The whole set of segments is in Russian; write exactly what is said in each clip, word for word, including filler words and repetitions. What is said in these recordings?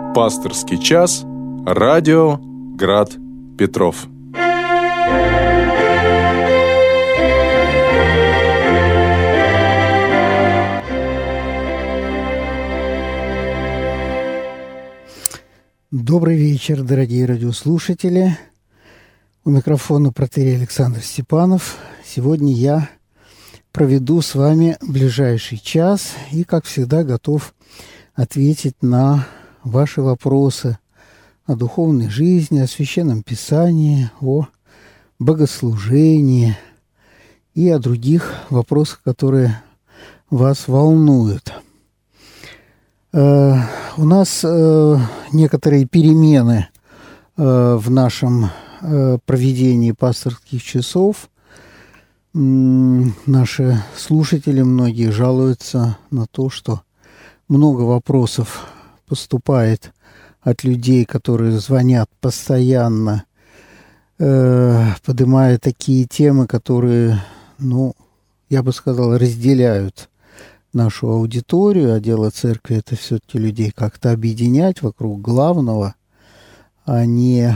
Пасторский час. Радио Град Петров. Добрый вечер, дорогие радиослушатели. У микрофона протоиерей Александр Степанов. Сегодня я проведу с вами ближайший час и, как всегда, готов ответить на ваши вопросы о духовной жизни, о Священном Писании, о богослужении и о других вопросах, которые вас волнуют. Uh, у нас uh, некоторые перемены uh, в нашем uh, проведении пасторских часов. Mm, наши слушатели, многие жалуются на то, что много вопросов поступает от людей, которые звонят постоянно, uh, поднимая такие темы, которые, ну, я бы сказал, разделяют нашу аудиторию, а дело церкви – это все-таки людей как-то объединять вокруг главного, а не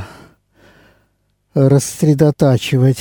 рассредотачивать,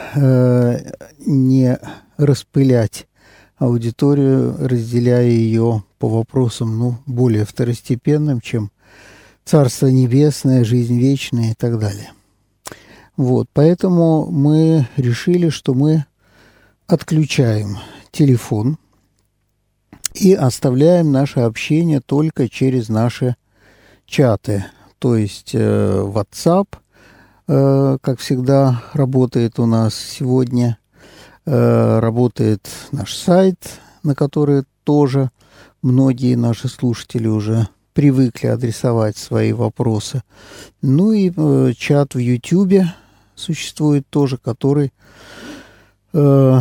не распылять аудиторию, разделяя ее по вопросам, ну, более второстепенным, чем Царство Небесное, жизнь вечная и так далее. Вот, поэтому мы решили, что мы отключаем телефон и оставляем наше общение только через наши чаты. То есть э, WhatsApp, э, как всегда, работает у нас сегодня. Э, работает наш сайт, на который тоже многие наши слушатели уже привыкли адресовать свои вопросы. Ну и э, чат в YouTube существует тоже, который Э,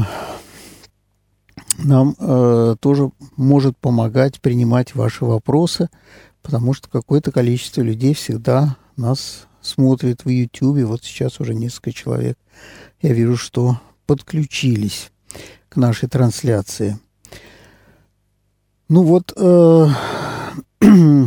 нам э, тоже может помогать принимать ваши вопросы, потому что какое-то количество людей всегда нас смотрит в YouTube. Вот сейчас уже несколько человек, я вижу, что подключились к нашей трансляции. Ну вот, э, э,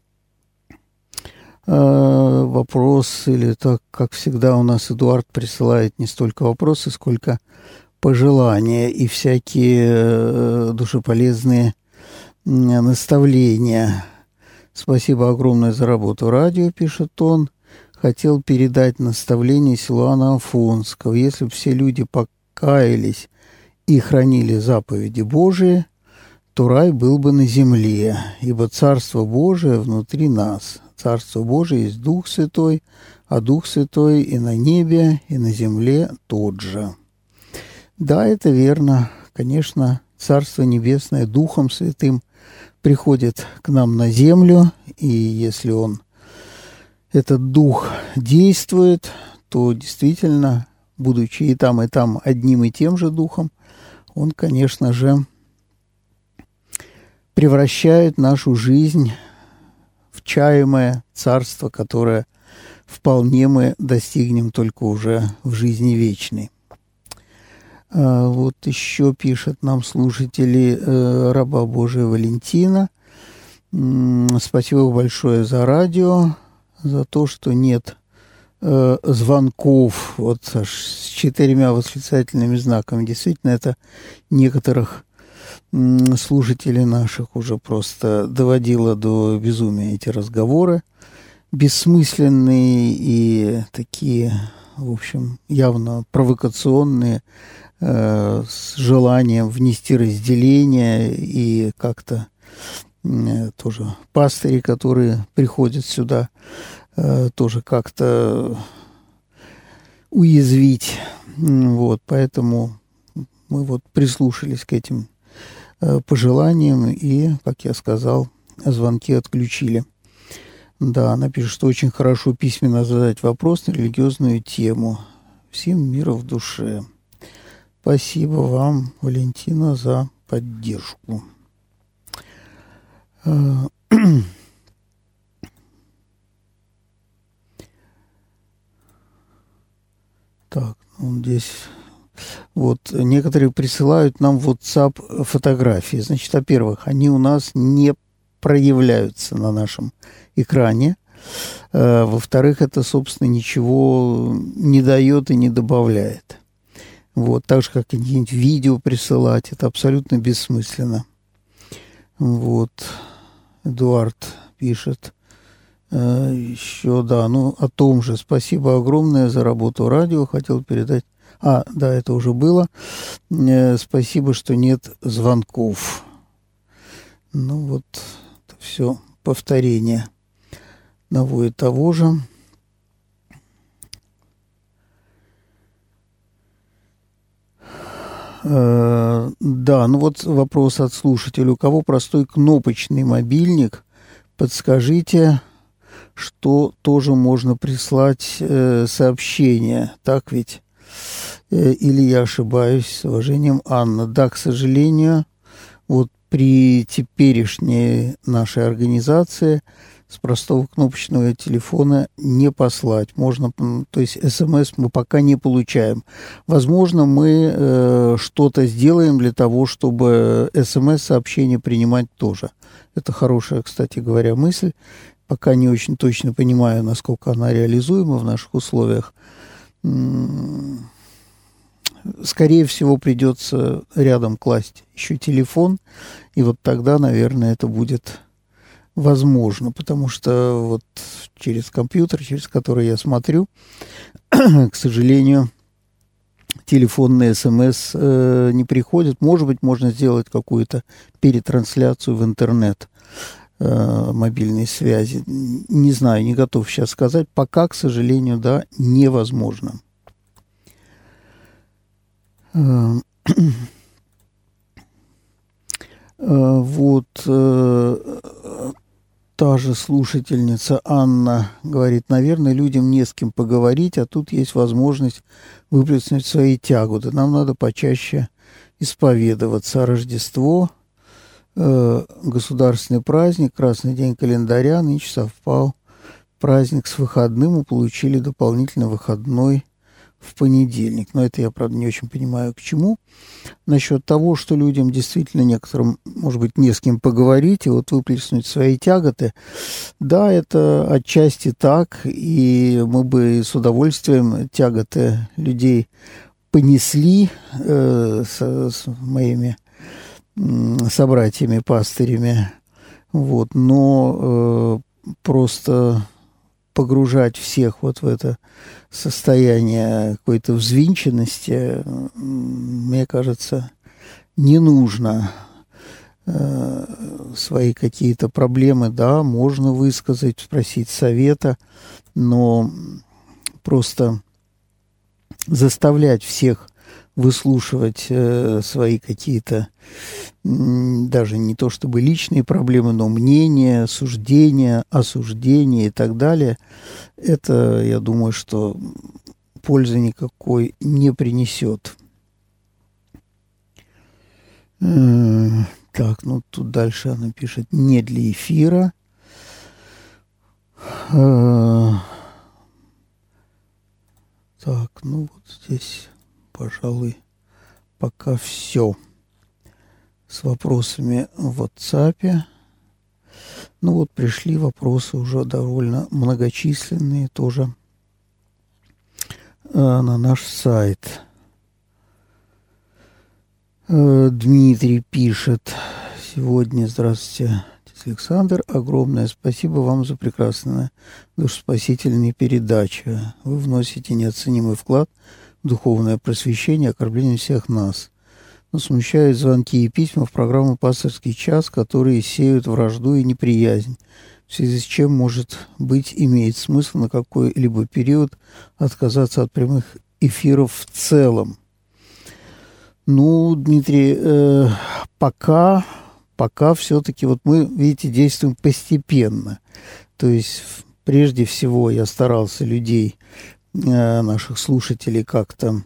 вопрос, или так, как всегда у нас Эдуард присылает не столько вопросы, сколько пожелания и всякие душеполезные наставления. Спасибо огромное за работу радио, пишет он. Хотел передать наставление Силуана Афонского. Если бы все люди покаялись и хранили заповеди Божии, то рай был бы на земле, ибо Царство Божие внутри нас. Царство Божие есть Дух Святой, а Дух Святой и на небе, и на земле тот же. Да, это верно. Конечно, Царство Небесное Духом Святым приходит к нам на землю, и если он, этот Дух, действует, то действительно, будучи и там, и там одним и тем же Духом, он, конечно же, превращает нашу жизнь в чаемое царство, которое вполне мы достигнем только уже в жизни вечной. Вот еще пишет нам слушатели э, раба Божия Валентина. Спасибо большое за радио, за то, что нет э, звонков вот с четырьмя восклицательными знаками. Действительно, это некоторых м, слушателей наших уже просто доводило до безумия эти разговоры. Бессмысленные и такие, в общем, явно провокационные, с желанием внести разделение, и как-то тоже пастыри, которые приходят сюда, тоже как-то уязвить. Вот, поэтому мы вот прислушались к этим пожеланиям и, как я сказал, звонки отключили. Да, она пишет, что очень хорошо письменно задать вопрос на религиозную тему. Всем мира в душе. Спасибо вам, Валентина, за поддержку. Так, ну, здесь вот некоторые присылают нам в WhatsApp фотографии. Значит, во-первых, они у нас не проявляются на нашем экране. Во-вторых, это, собственно, ничего не дает и не добавляет. Вот, так же, как какие-нибудь видео присылать, это абсолютно бессмысленно. Вот, Эдуард пишет еще, да, ну, о том же. Спасибо огромное за работу радио. Хотел передать... А, да, это уже было. Спасибо, что нет звонков. Ну, вот, это все повторение одного и того же. Э, да, ну вот вопрос от слушателя. У кого простой кнопочный мобильник, подскажите, что тоже можно прислать э, сообщение. Так ведь? Э, или я ошибаюсь? С уважением, Анна. Да, к сожалению, вот при теперешней нашей организации с простого кнопочного телефона не послать. Можно, то есть СМС мы пока не получаем. Возможно, мы э, что-то сделаем для того, чтобы СМС-сообщения принимать тоже. Это хорошая, кстати говоря, мысль. Пока не очень точно понимаю, насколько она реализуема в наших условиях. Скорее всего, придется рядом класть еще телефон, и вот тогда, наверное, это будет возможно, потому что вот через компьютер, через который я смотрю, к сожалению, телефонные СМС э, не приходят. Может быть, можно сделать какую-то перетрансляцию в интернет э, мобильной связи. Не знаю, не готов сейчас сказать. Пока, к сожалению, да, невозможно. Вот та же слушательница Анна говорит, наверное, людям не с кем поговорить, а тут есть возможность выплеснуть свои тяготы. Нам надо почаще исповедоваться. Рождество, государственный праздник, красный день календаря, нынче совпал праздник с выходным, мы получили дополнительно выходной в понедельник. Но это я, правда, не очень понимаю, к чему. Насчет того, что людям действительно некоторым, может быть, не с кем поговорить и вот выплеснуть свои тяготы. Да, это отчасти так, и мы бы с удовольствием тяготы людей понесли э, с, с моими э, собратьями-пастырями. Вот, но э, просто погружать всех вот в это состояние какой-то взвинченности, мне кажется, не нужно. Свои какие-то проблемы, да, можно высказать, спросить совета, но просто заставлять всех выслушивать э, свои какие-то, м, даже не то чтобы личные проблемы, но мнения, суждения, осуждения и так далее, это, я думаю, что пользы никакой не принесет. Э, так, ну тут дальше она пишет, не для эфира. Э, так, ну вот здесь... Пожалуй, пока все с вопросами в WhatsApp. Ну вот пришли вопросы уже довольно многочисленные тоже э, на наш сайт. Э, Дмитрий пишет сегодня, здравствуйте, Александр, огромное спасибо вам за прекрасные душеспасительные передачи. Вы вносите неоценимый вклад духовное просвещение, окормление всех нас. Но смущают звонки и письма в программу «Пасторский час», которые сеют вражду и неприязнь, в связи с чем, может быть, имеет смысл на какой-либо период отказаться от прямых эфиров в целом. Ну, Дмитрий, э, пока, пока все-таки вот мы, видите, действуем постепенно. То есть, прежде всего, я старался людей, наших слушателей как-то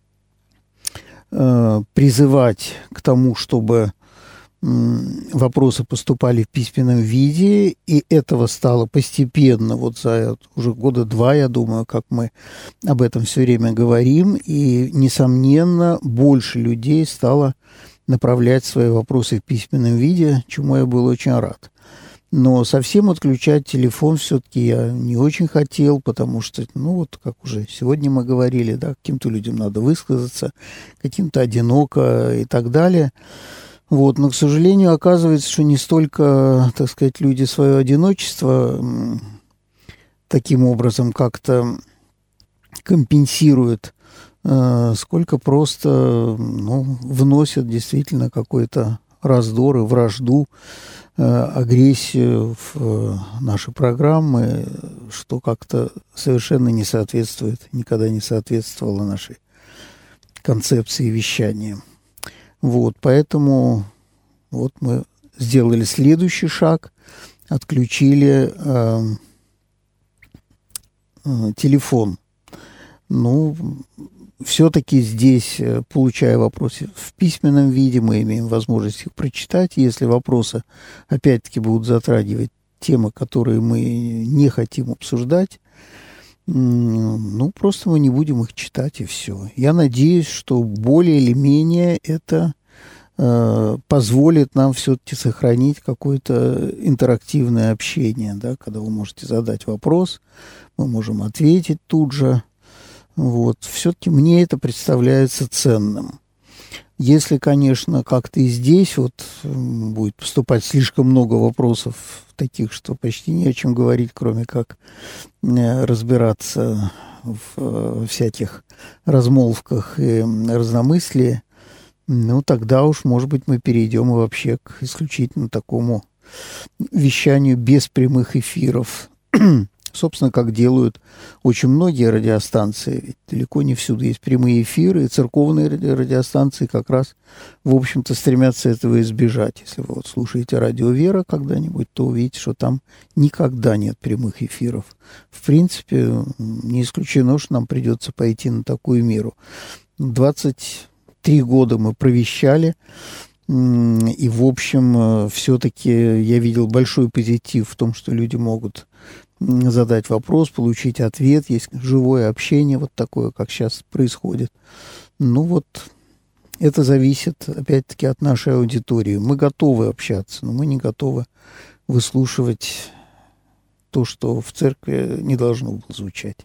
э, призывать к тому, чтобы э, вопросы поступали в письменном виде, и этого стало постепенно, вот за уже года два, я думаю, как мы об этом все время говорим, и, несомненно, больше людей стало направлять свои вопросы в письменном виде, чему я был очень рад. Но совсем отключать телефон все-таки я не очень хотел, потому что, ну вот, как уже сегодня мы говорили, да, каким-то людям надо высказаться, каким-то одиноко и так далее. Вот, но, к сожалению, оказывается, что не столько, так сказать, люди свое одиночество таким образом как-то компенсируют, сколько просто, ну, вносят действительно какой-то раздор и вражду, агрессию в наши программы, что как-то совершенно не соответствует, никогда не соответствовало нашей концепции вещания. Вот, поэтому вот мы сделали следующий шаг, отключили э, э, телефон. Ну, все-таки здесь, получая вопросы в письменном виде, мы имеем возможность их прочитать. Если вопросы, опять-таки, будут затрагивать темы, которые мы не хотим обсуждать, ну, просто мы не будем их читать, и все. Я надеюсь, что более или менее это э, позволит нам все-таки сохранить какое-то интерактивное общение, да, когда вы можете задать вопрос, мы можем ответить тут же. Вот. Все-таки мне это представляется ценным. Если, конечно, как-то и здесь вот будет поступать слишком много вопросов таких, что почти не о чем говорить, кроме как разбираться в всяких размолвках и разномыслии, ну, тогда уж, может быть, мы перейдем вообще к исключительно такому вещанию без прямых эфиров. Собственно, как делают очень многие радиостанции. Ведь далеко не всюду есть прямые эфиры, и церковные радиостанции как раз, в общем-то, стремятся этого избежать. Если вы вот слушаете радио «Вера» когда-нибудь, то увидите, что там никогда нет прямых эфиров. В принципе, не исключено, что нам придется пойти на такую меру. двадцать три года мы провещали, и, в общем, все-таки я видел большой позитив в том, что люди могут задать вопрос, получить ответ, есть живое общение, вот такое, как сейчас происходит. Ну вот, это зависит, опять-таки, от нашей аудитории. Мы готовы общаться, но мы не готовы выслушивать то, что в церкви не должно было звучать.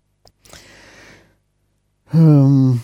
Эм...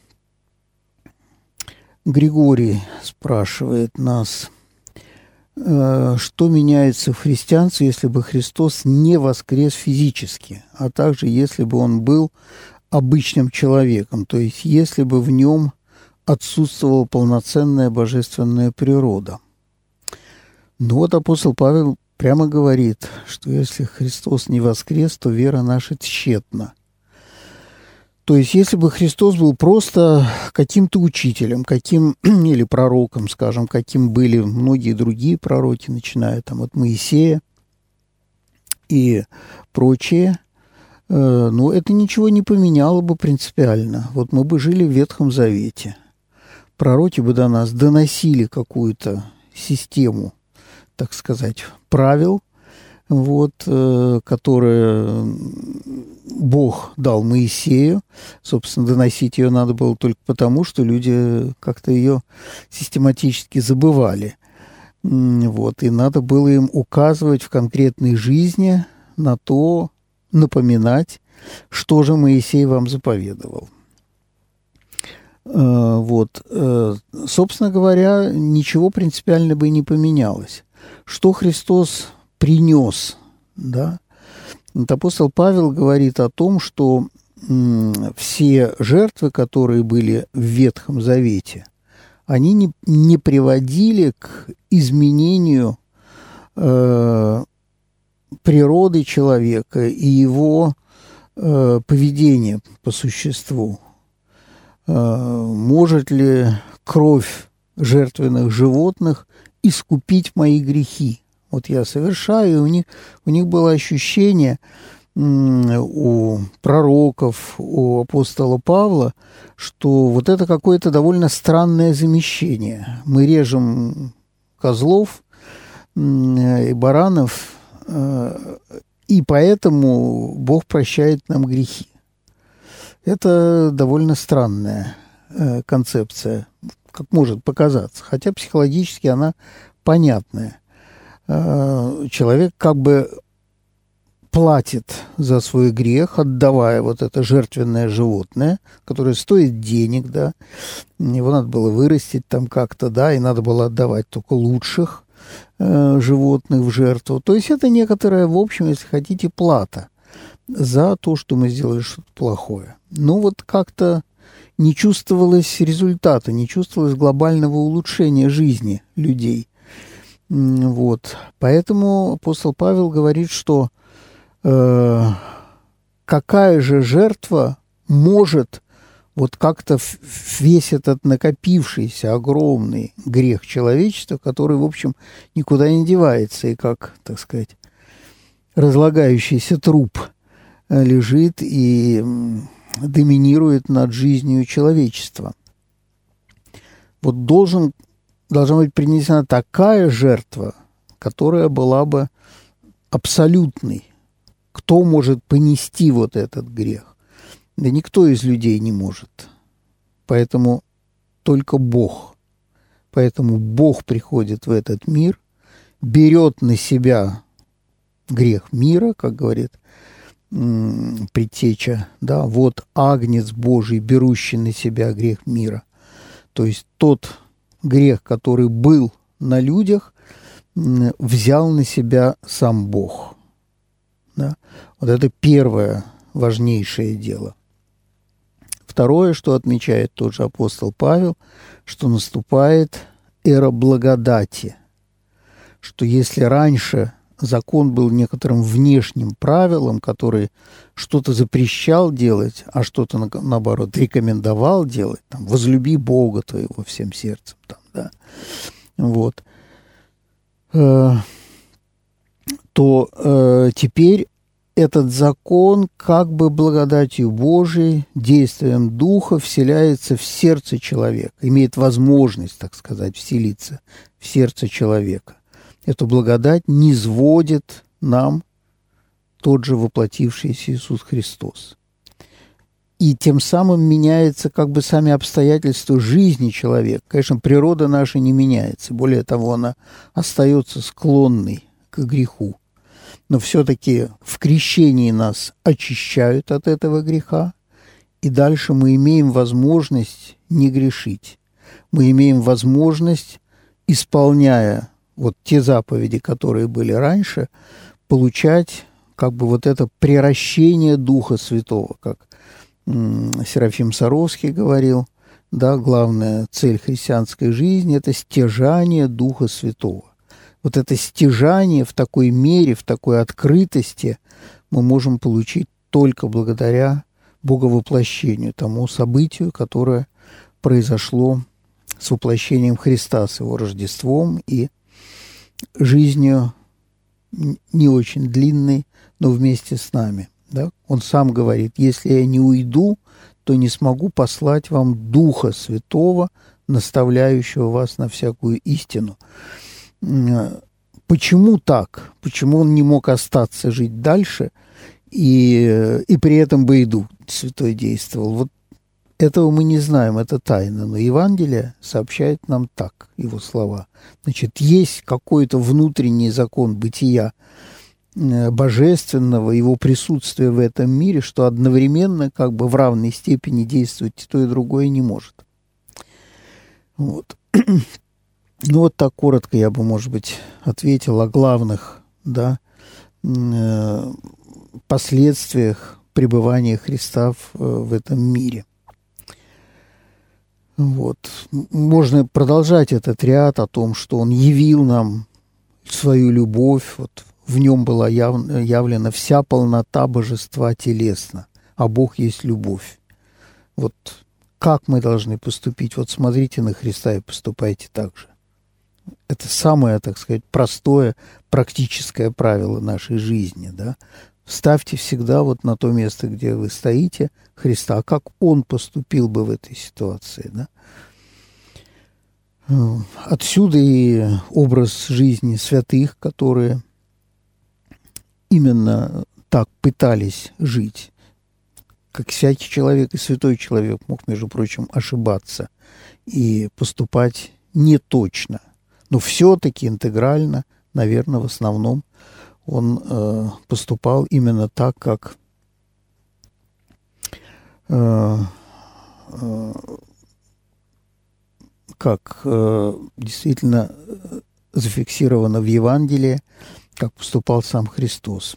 Григорий спрашивает нас, что меняется в христианстве, если бы Христос не воскрес физически, а также если бы он был обычным человеком, то есть если бы в нем отсутствовала полноценная божественная природа. Ну вот апостол Павел прямо говорит, что если Христос не воскрес, то вера наша тщетна. То есть, если бы Христос был просто каким-то учителем, каким, или пророком, скажем, каким были многие другие пророки, начиная там от Моисея и прочие, э, ну, это ничего не поменяло бы принципиально. Вот мы бы жили в Ветхом Завете. Пророки бы до нас доносили какую-то систему, так сказать, правил, вот, э, которые Бог дал Моисею. Собственно, доносить ее надо было только потому, что люди как-то ее систематически забывали. Вот, и надо было им указывать в конкретной жизни на то, напоминать, что же Моисей вам заповедовал. Вот. Собственно говоря, ничего принципиально бы не поменялось. Что Христос принес, да? Вот апостол Павел говорит о том, что м, все жертвы, которые были в Ветхом Завете, они не, не приводили к изменению э, природы человека и его э, поведения по существу. Э, может ли кровь жертвенных животных искупить мои грехи? Вот я совершаю, и у них, у них было ощущение у пророков, у апостола Павла, что вот это какое-то довольно странное замещение. Мы режем козлов и баранов, и поэтому Бог прощает нам грехи. Это довольно странная концепция, как может показаться, хотя психологически она понятная. человек как бы платит за свой грех, отдавая вот это жертвенное животное, которое стоит денег, да, его надо было вырастить там как-то, да, и надо было отдавать только лучших э, животных в жертву. То есть это некоторая, в общем, если хотите, плата за то, что мы сделали что-то плохое. Ну вот как-то не чувствовалось результата, не чувствовалось глобального улучшения жизни людей. Вот. Поэтому апостол Павел говорит, что э, какая же жертва может вот как-то весь этот накопившийся огромный грех человечества, который, в общем, никуда не девается, и как, так сказать, разлагающийся труп лежит и доминирует над жизнью человечества. Вот должен, должна быть принесена такая жертва, которая была бы абсолютной. Кто может понести вот этот грех? Да никто из людей не может. Поэтому только Бог. Поэтому Бог приходит в этот мир, берет на себя грех мира, как говорит предтеча, да, вот агнец Божий, берущий на себя грех мира. То есть тот грех, который был на людях, взял на себя сам Бог. Да? Вот это первое важнейшее дело. Второе, что отмечает тот же апостол Павел, что наступает эра благодати, что если раньше закон был некоторым внешним правилом, который что-то запрещал делать, а что-то, наоборот, рекомендовал делать, там, возлюби Бога твоего всем сердцем, там, да, вот, э, то э, теперь этот закон как бы благодатью Божией, действием Духа вселяется в сердце человека, имеет возможность, так сказать, вселиться в сердце человека. Эту благодать низводит нам тот же воплотившийся Иисус Христос. И тем самым меняются как бы сами обстоятельства жизни человека. Конечно, природа наша не меняется. Более того, она остается склонной к греху. Но все-таки в крещении нас очищают от этого греха, и дальше мы имеем возможность не грешить. Мы имеем возможность, исполняя вот те заповеди, которые были раньше, получать как бы вот это приращение Духа Святого, как Серафим Саровский говорил, да, главная цель христианской жизни – это стяжание Духа Святого. Вот это стяжание в такой мере, в такой открытости мы можем получить только благодаря Боговоплощению, тому событию, которое произошло с воплощением Христа, с его Рождеством и жизнью не очень длинной, но вместе с нами. Да? Он сам говорит, если я не уйду, то не смогу послать вам Духа Святого, наставляющего вас на всякую истину. Почему так? Почему он не мог остаться жить дальше, и, и при этом бы и Дух Святой действовал? Вот этого мы не знаем, это тайна, но Евангелие сообщает нам так, его слова. Значит, есть какой-то внутренний закон бытия божественного, его присутствия в этом мире, что одновременно как бы в равной степени действовать и то, и другое не может. Вот. Ну, вот так коротко я бы, может быть, ответил о главных, да, последствиях пребывания Христа в, в этом мире. Вот. Можно продолжать этот ряд о том, что Он явил нам свою любовь, вот в Нем была яв, явлена вся полнота божества телесно, а Бог есть любовь. Вот как мы должны поступить? Вот смотрите на Христа и поступайте так же. Это самое, так сказать, простое, практическое правило нашей жизни, да. Ставьте всегда вот на то место, где вы стоите, Христа. А как Он поступил бы в этой ситуации, да? Отсюда и образ жизни святых, которые именно так пытались жить. Как всякий человек и святой человек мог, между прочим, ошибаться и поступать неточно, но все-таки интегрально наверное, в основном он э, поступал именно так, как э, э, как э, действительно зафиксировано в Евангелии, как поступал сам Христос.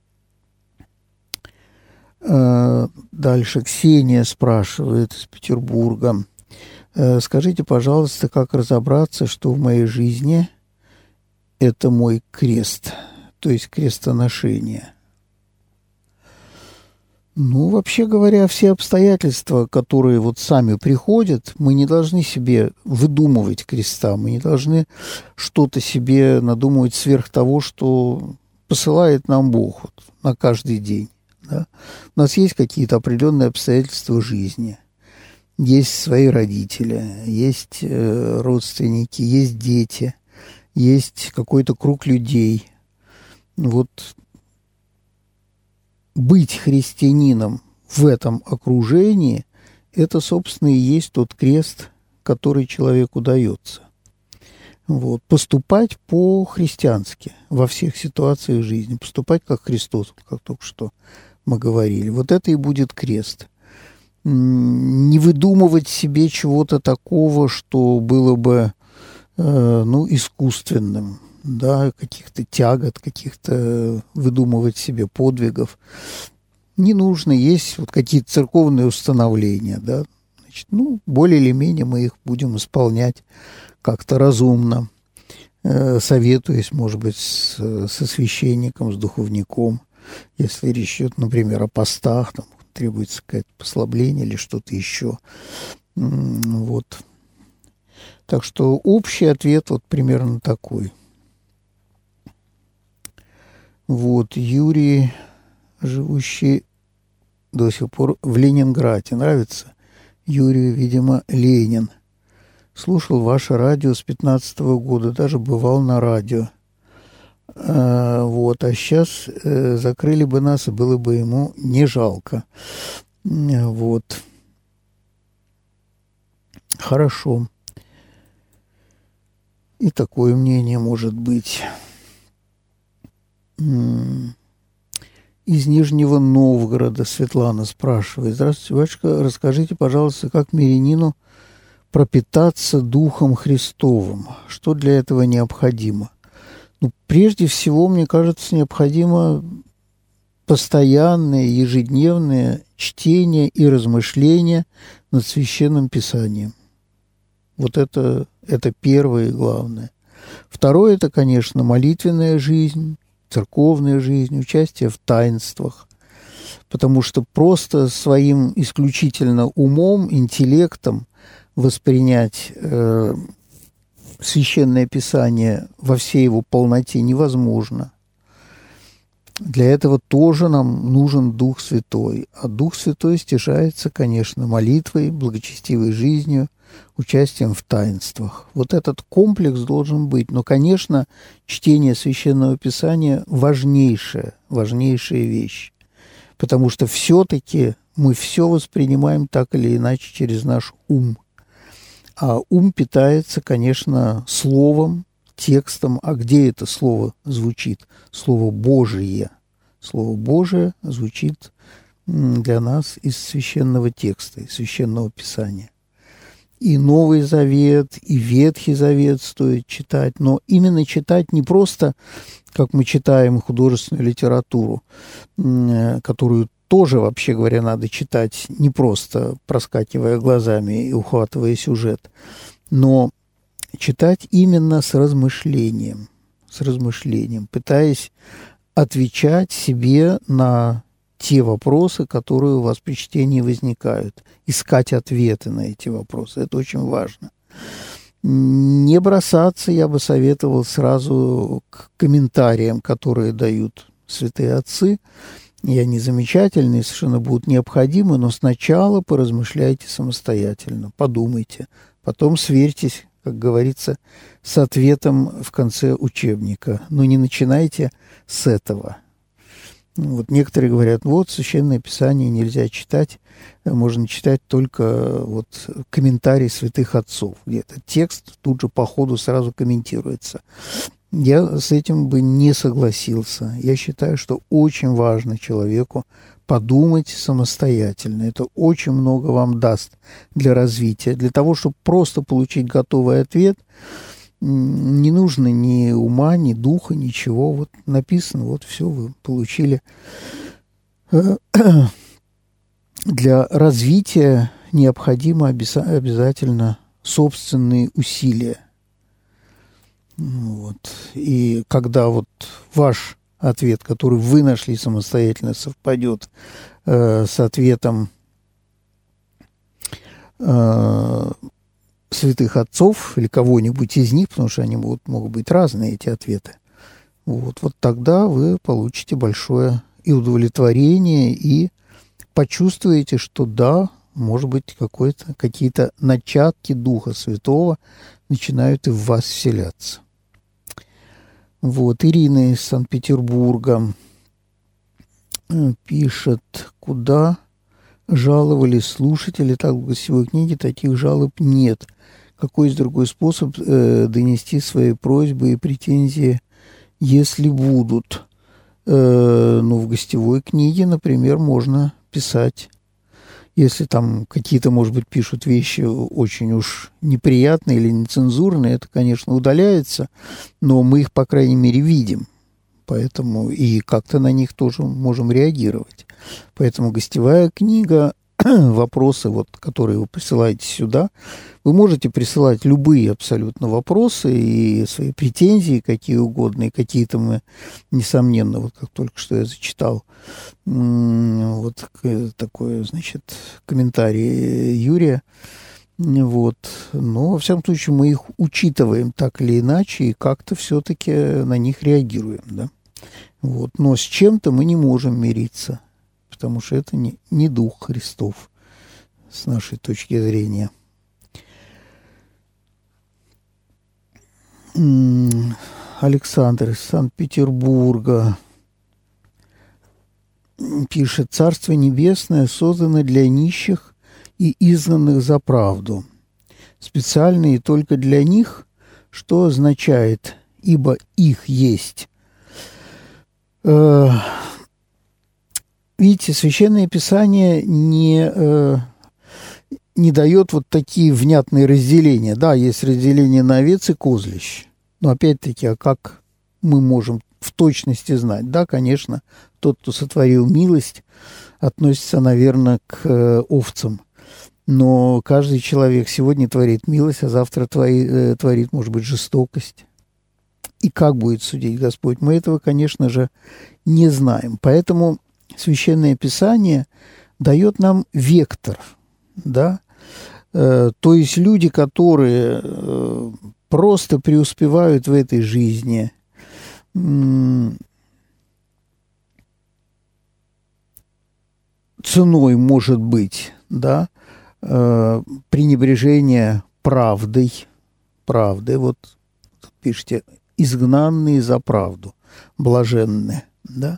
Э, дальше Ксения спрашивает из Петербурга. Э, скажите, пожалуйста, как разобраться, что в моей жизни это мой крест, то есть крестоношение? Ну, вообще говоря, все обстоятельства, которые вот сами приходят, мы не должны себе выдумывать креста, мы не должны что-то себе надумывать сверх того, что посылает нам Бог вот, на каждый день. Да? У нас есть какие-то определенные обстоятельства жизни, есть свои родители, есть э, родственники, есть дети, есть какой-то круг людей. Вот быть христианином в этом окружении – это, собственно, и есть тот крест, который человеку дается. Вот. Поступать по-христиански во всех ситуациях жизни, поступать как Христос, как только что мы говорили. Вот это и будет крест. Не выдумывать себе чего-то такого, что было бы э, ну, искусственным. Да, каких-то тягот, каких-то выдумывать себе подвигов. Не нужно. Есть вот какие-то церковные установления, да. Значит, ну, более или менее мы их будем исполнять как-то разумно, э, советуясь, может быть, с, со священником, с духовником, если речь идет, например, о постах, там требуется какое-то послабление или что-то еще. Вот. Так что общий ответ вот примерно такой. Вот, Юрий, живущий до сих пор в Ленинграде. Нравится Юрию, видимо, Ленин. Слушал ваше радио с пятнадцатого года, даже бывал на радио. А, вот, а сейчас э, закрыли бы нас, и было бы ему не жалко. Вот. Хорошо. И такое мнение может быть. Из Нижнего Новгорода Светлана спрашивает. Здравствуйте, батюшка, расскажите, пожалуйста, как мирянину пропитаться Духом Христовым? Что для этого необходимо? Ну, прежде всего, мне кажется, необходимо постоянное, ежедневное чтение и размышление над Священным Писанием. Вот это, это первое и главное. Второе – это, конечно, молитвенная жизнь, церковная жизнь, участие в таинствах, потому что просто своим исключительно умом, интеллектом воспринять э, Священное Писание во всей его полноте невозможно. Для этого тоже нам нужен Дух Святой, а Дух Святой стяжается, конечно, молитвой, благочестивой жизнью, участием в таинствах. Вот этот комплекс должен быть. Но, конечно, чтение Священного Писания – важнейшая, важнейшая вещь. Потому что все-таки мы все воспринимаем так или иначе через наш ум. А ум питается, конечно, словом, текстом. А где это слово звучит? Слово Божие. Слово Божие звучит для нас из священного текста, из Священного Писания. И Новый Завет, и Ветхий Завет стоит читать, но именно читать не просто, как мы читаем художественную литературу, которую тоже, вообще говоря, надо читать не просто проскакивая глазами и ухватывая сюжет, но читать именно с размышлением, с размышлением, пытаясь отвечать себе на те вопросы, которые у вас при чтении возникают, искать ответы на эти вопросы. Это очень важно. Не бросаться, я бы советовал, сразу к комментариям, которые дают святые отцы. И они замечательные, совершенно будут необходимы, но сначала поразмышляйте самостоятельно, подумайте, потом сверьтесь, как говорится, с ответом в конце учебника. Но не начинайте с этого. Вот некоторые говорят, вот, Священное Писание нельзя читать, можно читать только вот комментарии святых отцов. Где-то текст тут же по ходу сразу комментируется. Я с этим бы не согласился. Я считаю, что очень важно человеку подумать самостоятельно. Это очень много вам даст для развития. Для того, чтобы просто получить готовый ответ, не нужно ни ума, ни духа, ничего. Вот написано, вот все вы получили. Для развития необходимо обязательно собственные усилия. Вот. И когда вот ваш ответ, который вы нашли самостоятельно, совпадет э, с ответом э, святых отцов или кого-нибудь из них, потому что они могут, могут быть разные, эти ответы, вот, вот тогда вы получите большое и удовлетворение, и почувствуете, что да, может быть, какой-то, какие-то начатки Духа Святого начинают и в вас вселяться. Вот, Ирина из Санкт-Петербурга пишет, куда жаловались слушатели, так в гостевой книге таких жалоб нет. Какой есть другой способ э, донести свои просьбы и претензии, если будут? Э, ну, в гостевой книге, например, можно писать. Если там какие-то, может быть, пишут вещи очень уж неприятные или нецензурные, это, конечно, удаляется, но мы их, по крайней мере, видим. Поэтому и как-то на них тоже можем реагировать. Поэтому гостевая книга, вопросы, вот, которые вы присылаете сюда, вы можете присылать любые абсолютно вопросы и свои претензии, какие угодно, и какие-то мы, несомненно, вот как только что я зачитал, вот такой, значит, комментарий Юрия, вот. Но, во всяком случае, мы их учитываем так или иначе и как-то все-таки на них реагируем, да. Вот. Но с чем-то мы не можем мириться, потому что это не, не Дух Христов с нашей точки зрения. Александр из Санкт-Петербурга пишет: «Царство Небесное создано для нищих и изгнанных за правду, специально и только для них, что означает, ибо их есть». Видите, Священное Писание не, не дает вот такие внятные разделения. Да, есть разделение на овец и козлищ, но опять-таки, а как мы можем в точности знать? Да, конечно, тот, кто сотворил милость, относится, наверное, к овцам. Но каждый человек сегодня творит милость, а завтра творит, творит, может быть, жестокость. И как будет судить Господь? Мы этого, конечно же, не знаем. Поэтому Священное Писание дает нам вектор, да? Э, то есть люди, которые э, просто преуспевают в этой жизни, э, ценой, может быть, да, э, пренебрежения правдой, правдой, вот тут пишите, изгнанные за правду, блаженные, да.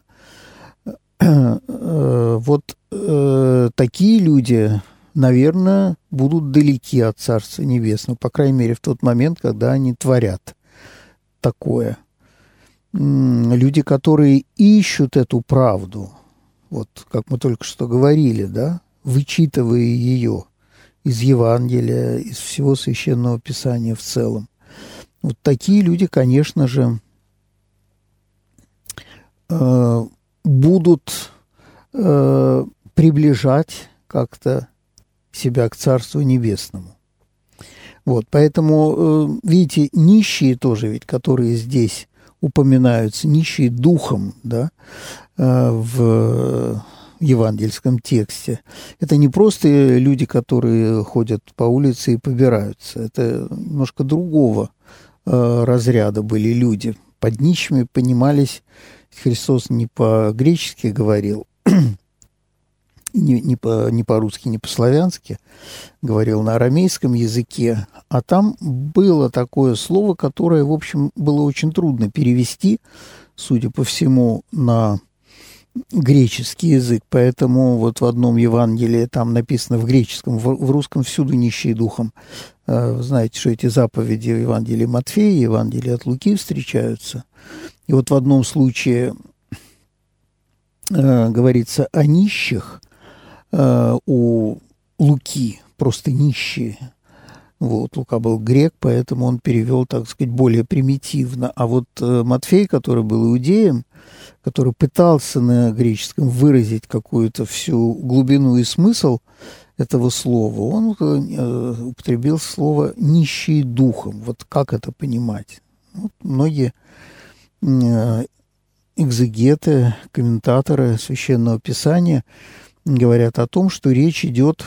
Вот э, такие люди, наверное, будут далеки от Царства Небесного, по крайней мере, в тот момент, когда они творят такое. Люди, которые ищут эту правду, вот как мы только что говорили, да, вычитывая ее из Евангелия, из всего Священного Писания в целом. Вот такие люди, конечно же, э, будут э, приближать как-то себя к Царству Небесному. Вот, поэтому, э, видите, нищие тоже ведь, которые здесь упоминаются, нищие духом, да, э, в евангельском тексте. Это не просто люди, которые ходят по улице и побираются. Это немножко другого э, разряда были люди. Под нищими понимались, Христос не по-гречески говорил, не, не, по, не по-русски, не по-славянски, говорил на арамейском языке, а там было такое слово, которое, в общем, было очень трудно перевести, судя по всему, на греческий язык, поэтому вот в одном Евангелии там написано в греческом, в, в русском всюду нищие духом Вы знаете, что эти заповеди в Евангелии Матфея и Евангелии от Луки встречаются. И вот в одном случае э, говорится о нищих, э, у Луки просто нищие. Вот, Лука был грек, поэтому он перевел, так сказать, более примитивно. А вот э, Матфей, который был иудеем, который пытался на греческом выразить какую-то всю глубину и смысл этого слова, он э, употребил слово «нищие духом». Вот как это понимать? Вот многие э, экзегеты, комментаторы Священного Писания говорят о том, что речь идет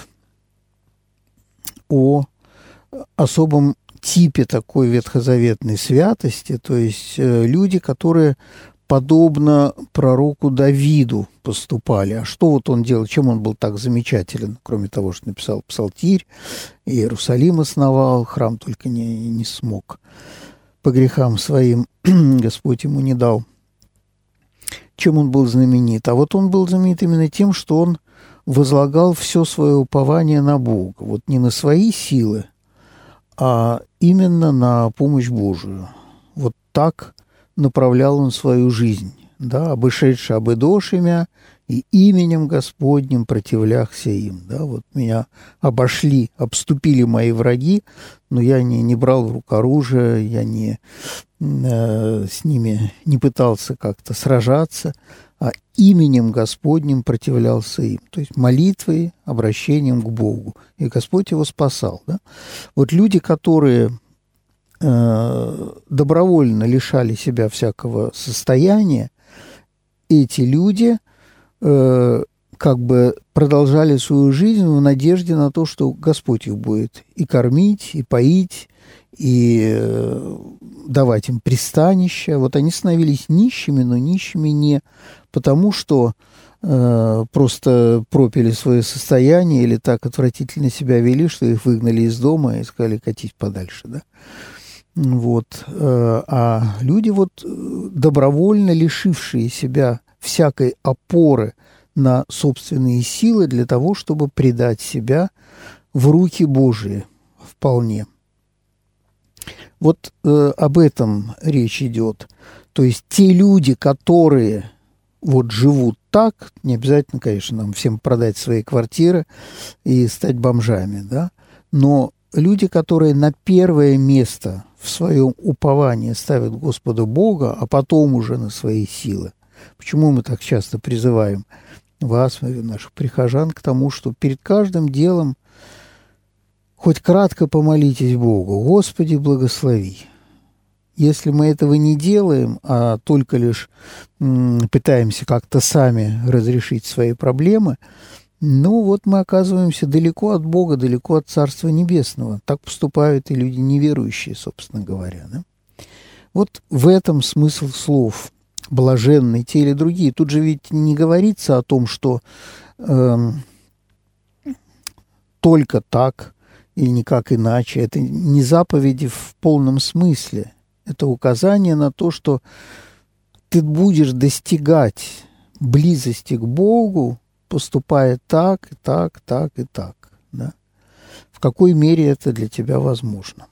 о особом типе такой ветхозаветной святости, то есть э, люди, которые подобно пророку Давиду поступали. А что вот он делал? Чем он был так замечателен? Кроме того, что написал псалтирь, Иерусалим основал, храм только не, не смог. По грехам своим Господь ему не дал. Чем он был знаменит? А вот он был знаменит именно тем, что он возлагал все свое упование на Бога. Вот не на свои силы, а именно на помощь Божию. Вот так направлял он свою жизнь, да, обышедший обыдошимя и именем Господним противляхся им, да, вот меня обошли, обступили мои враги, но я не, не брал в руку оружие, я не, э, с ними не пытался как-то сражаться, а именем Господним противлялся им, то есть молитвой, обращением к Богу, и Господь его спасал, да. Вот люди, которые добровольно лишали себя всякого состояния, эти люди э, как бы продолжали свою жизнь в надежде на то, что Господь их будет и кормить, и поить, и э, давать им пристанище. Вот они становились нищими, но нищими не потому, что э, просто пропили свое состояние или так отвратительно себя вели, что их выгнали из дома и сказали катись подальше, да. Вот. А люди, вот, добровольно лишившие себя всякой опоры на собственные силы для того, чтобы предать себя в руки Божии вполне. Вот э, об этом речь идет. То есть те люди, которые вот живут так, не обязательно, конечно, нам всем продать свои квартиры и стать бомжами, да, но люди, которые на первое место в своем уповании ставят Господа Бога, а потом уже на свои силы. Почему мы так часто призываем вас, наших прихожан, к тому, что перед каждым делом хоть кратко помолитесь Богу: «Господи, благослови». Если мы этого не делаем, а только лишь м, пытаемся как-то сами разрешить свои проблемы, ну вот мы оказываемся далеко от Бога, далеко от Царства Небесного. Так поступают и люди неверующие, собственно говоря. Да? Вот в этом смысл слов «блаженны те или другие». Тут же ведь не говорится о том, что э, только так и никак иначе. Это не заповеди в полном смысле. Это указание на то, что ты будешь достигать близости к Богу, поступая так, и так, так и так. Да? В какой мере это для тебя возможно?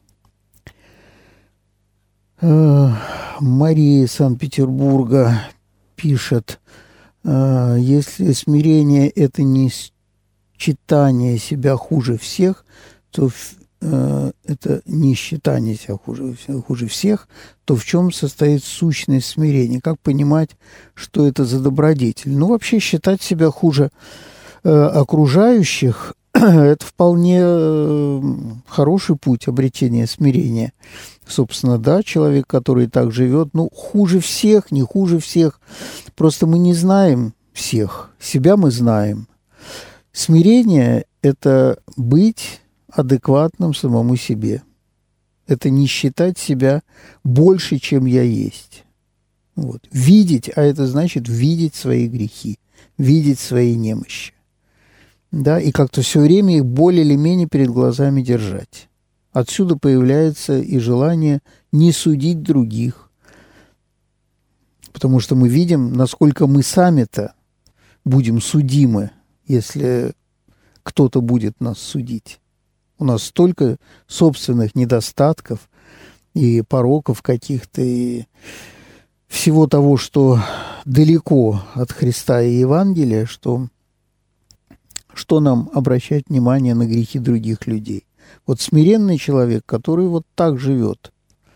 Мария из Санкт-Петербурга пишет: если смирение – это не считание себя хуже всех, то это не считание себя хуже, хуже всех, то в чем состоит сущность смирения? Как понимать, что это за добродетель? Ну, вообще считать себя хуже э, окружающих – это вполне э, хороший путь обретения смирения. Собственно, да, человек, который так живет, ну, хуже всех, не хуже всех. Просто мы не знаем всех, себя мы знаем. Смирение – это быть адекватным самому себе. Это не считать себя больше, чем я есть. Вот. Видеть, а это значит видеть свои грехи, видеть свои немощи. Да, и как-то все время их более или менее перед глазами держать. Отсюда появляется и желание не судить других, потому что мы видим, насколько мы сами-то будем судимы, если кто-то будет нас судить. У нас столько собственных недостатков и пороков каких-то, и всего того, что далеко от Христа и Евангелия, что, что нам обращать внимание на грехи других людей. Вот смиренный человек, который вот так живет.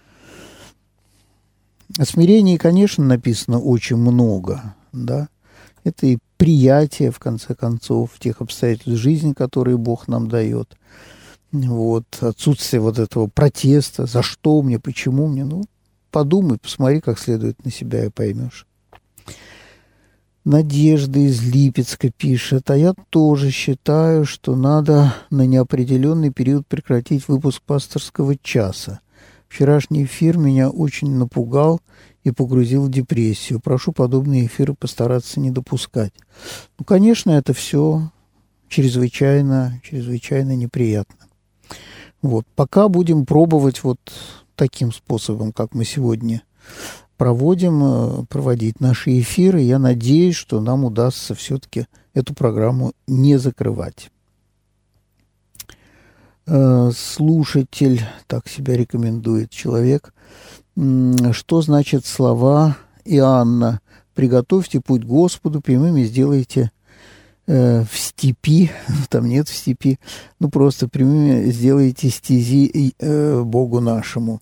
О смирении, конечно, написано очень много, да. Это и приятие, в конце концов, тех обстоятельств жизни, которые Бог нам дает. Вот, отсутствие вот этого протеста, за что мне, почему мне, ну, подумай, посмотри как следует на себя и поймешь. Надежда из Липецка пишет, а я тоже считаю, что надо на неопределенный период прекратить выпуск пасторского часа. Вчерашний эфир меня очень напугал и погрузил в депрессию. Прошу подобные эфиры постараться не допускать. Ну, конечно, это все чрезвычайно, чрезвычайно неприятно. Вот. Пока будем пробовать вот таким способом, как мы сегодня проводим, проводить наши эфиры. Я надеюсь, что нам удастся все-таки эту программу не закрывать. Слушатель, так себя рекомендует человек, что значит слова Иоанна: «Приготовьте путь Господу, прямыми сделайте э, в степи», там нет в степи, ну просто прямыми сделайте стези э, Богу нашему.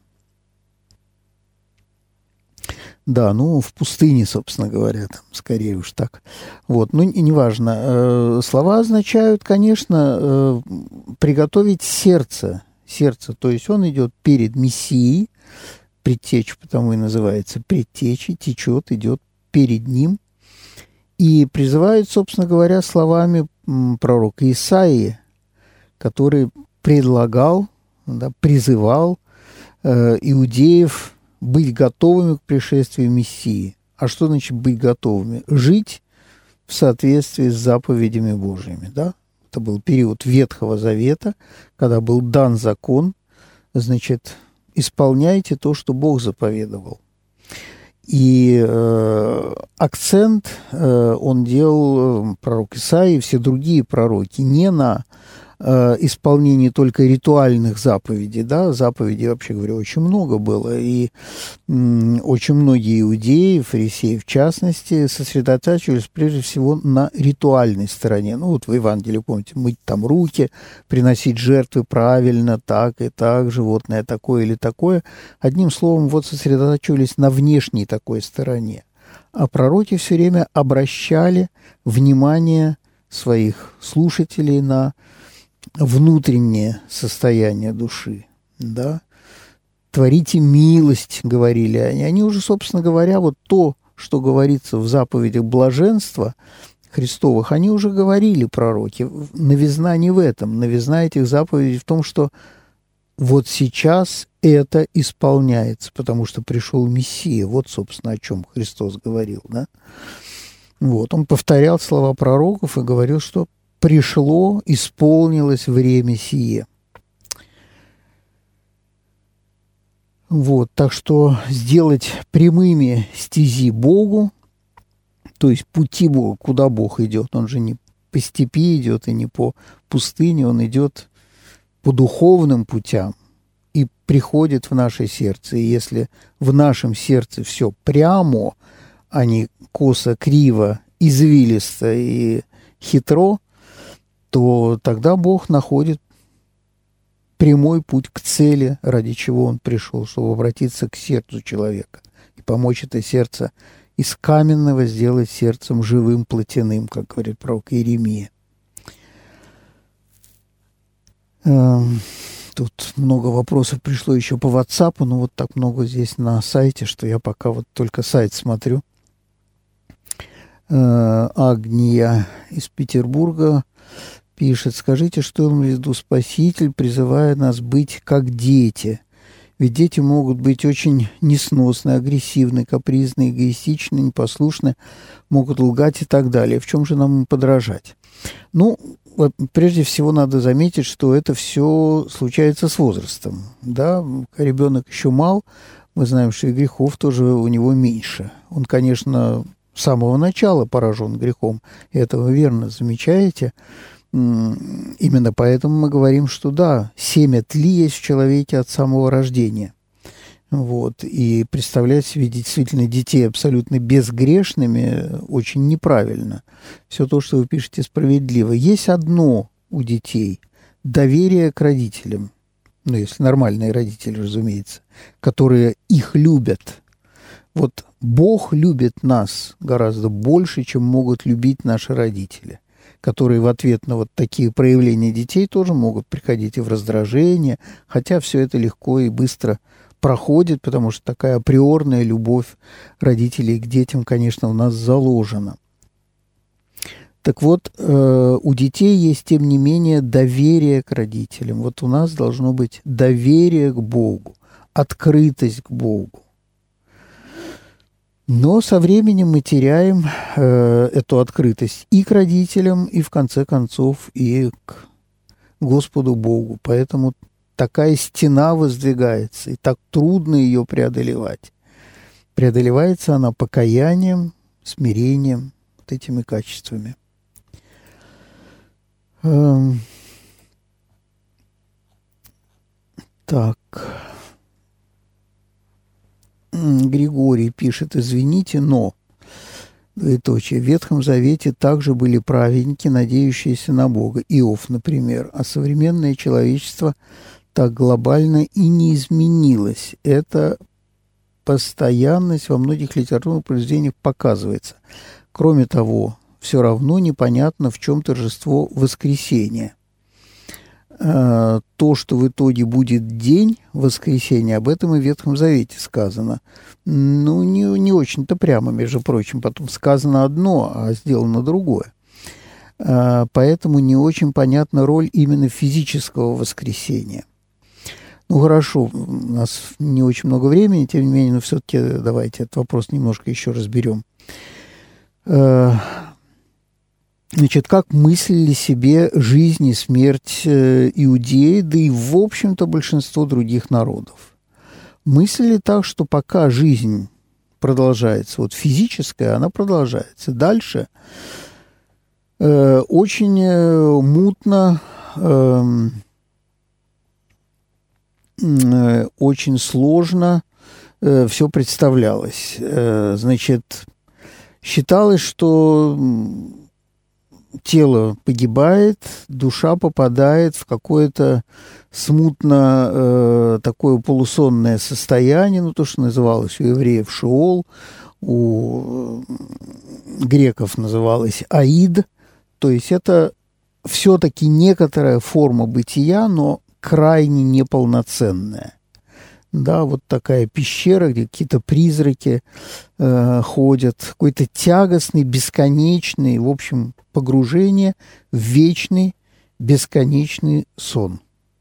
Да, ну, в пустыне, собственно говоря, там, скорее уж так. Вот, ну, неважно. Слова означают, конечно, приготовить сердце. Сердце, то есть он идет перед Мессией, предтечь, потому и называется предтечей, течет, идет перед ним, и призывает, собственно говоря, словами пророка Исаии, который предлагал, да, призывал э, иудеев быть готовыми к пришествию Мессии. А что значит быть готовыми? Жить в соответствии с заповедями Божьими. Да? Это был период Ветхого Завета, когда был дан закон. Значит, исполняйте то, что Бог заповедовал. И э, акцент э, он делал, э, пророк Исаия и все другие пророки, не на э, исполнении только ритуальных заповедей. Да? Заповедей, вообще говоря, очень много было. И м, очень многие иудеи, фарисеи в частности, сосредотачивались прежде всего на ритуальной стороне. Ну вот в Евангелии, помните, мыть там руки, приносить жертвы правильно, так и так, животное такое или такое. Одним словом, вот сосредотачивались на внешней такой стороне. А пророки все время обращали внимание своих слушателей на внутреннее состояние души. Да? Творите милость, говорили они. Они уже, собственно говоря, вот то, что говорится в заповедях блаженства Христовых, они уже говорили, пророки. Новизна не в этом. Новизна этих заповедей в том, что вот сейчас это исполняется, потому что пришел Мессия. Вот, собственно, о чем Христос говорил. Да? Вот. Он повторял слова пророков и говорил, что пришло, исполнилось время сие. Вот. Так что сделать прямыми стези Богу, то есть пути Бога, куда Бог идет. Он же не по степи идет и не по пустыне, он идет по духовным путям и приходит в наше сердце. И если в нашем сердце все прямо, а не косо, криво, извилисто и хитро, то тогда Бог находит прямой путь к цели, ради чего Он пришел, чтобы обратиться к сердцу человека и помочь это сердце из каменного сделать сердцем живым, плотяным, как говорит пророк Иеремия. Тут много вопросов пришло еще по WhatsApp, но вот так много здесь на сайте, что я пока вот только сайт смотрю. Агния из Петербурга пишет: скажите, что имел в виду Спаситель, призывая нас быть как дети? Ведь дети могут быть очень несносные, агрессивные, капризные, эгоистичные, непослушные, могут лгать и так далее. В чем же нам им подражать? Ну, прежде всего надо заметить, что это все случается с возрастом. Да? Ребенок еще мал, мы знаем, что и грехов тоже у него меньше. Он, конечно, с самого начала поражен грехом, и это вы верно замечаете. Именно поэтому мы говорим, что да, семя тли есть в человеке от самого рождения. Вот. И представлять себе действительно детей абсолютно безгрешными очень неправильно. Все то, что вы пишете, справедливо. Есть одно у детей – доверие к родителям. Ну, если нормальные родители, разумеется, которые их любят. Вот Бог любит нас гораздо больше, чем могут любить наши родители, которые в ответ на вот такие проявления детей тоже могут приходить и в раздражение, хотя все это легко и быстро проходит, потому что такая априорная любовь родителей к детям, конечно, у нас заложена. Так вот, э, у детей есть, тем не менее, доверие к родителям. Вот у нас должно быть доверие к Богу, открытость к Богу. Но со временем мы теряем э, эту открытость и к родителям, и, в конце концов, и к Господу Богу. Поэтому такая стена воздвигается, и так трудно ее преодолевать. Преодолевается она покаянием, смирением, вот этими качествами. Эм. Так. Григорий пишет: «Извините, но...» Двоеточие. «В Ветхом Завете также были праведники, надеющиеся на Бога. Иов, например. А современное человечество так глобально и не изменилось. Эта постоянность во многих литературных произведениях показывается. Кроме того, все равно непонятно, в чем торжество воскресения. То, что в итоге будет день воскресения, об этом и в Ветхом Завете сказано. Ну, не, не очень-то прямо, между прочим. Потом сказано одно, а сделано другое. Поэтому не очень понятна роль именно физического воскресения. Ну, хорошо, у нас не очень много времени, тем не менее, но все-таки давайте этот вопрос немножко еще разберем. Значит, как мыслили себе жизнь и смерть иудеи, да и, в общем-то, большинство других народов? Мыслили так, что пока жизнь продолжается, вот физическая, она продолжается. Дальше э, очень э, мутно, э, э, очень сложно э, все представлялось. Э, значит, считалось, что тело погибает, душа попадает в какое-то смутно э, такое полусонное состояние, ну, то, что называлось у евреев Шеол, у греков называлось Аид. То есть это все-таки некоторая форма бытия, но крайне неполноценная. Да, вот такая пещера, где какие-то призраки э, ходят, какой-то тягостный, бесконечный, в общем, погружение в вечный, бесконечный сон.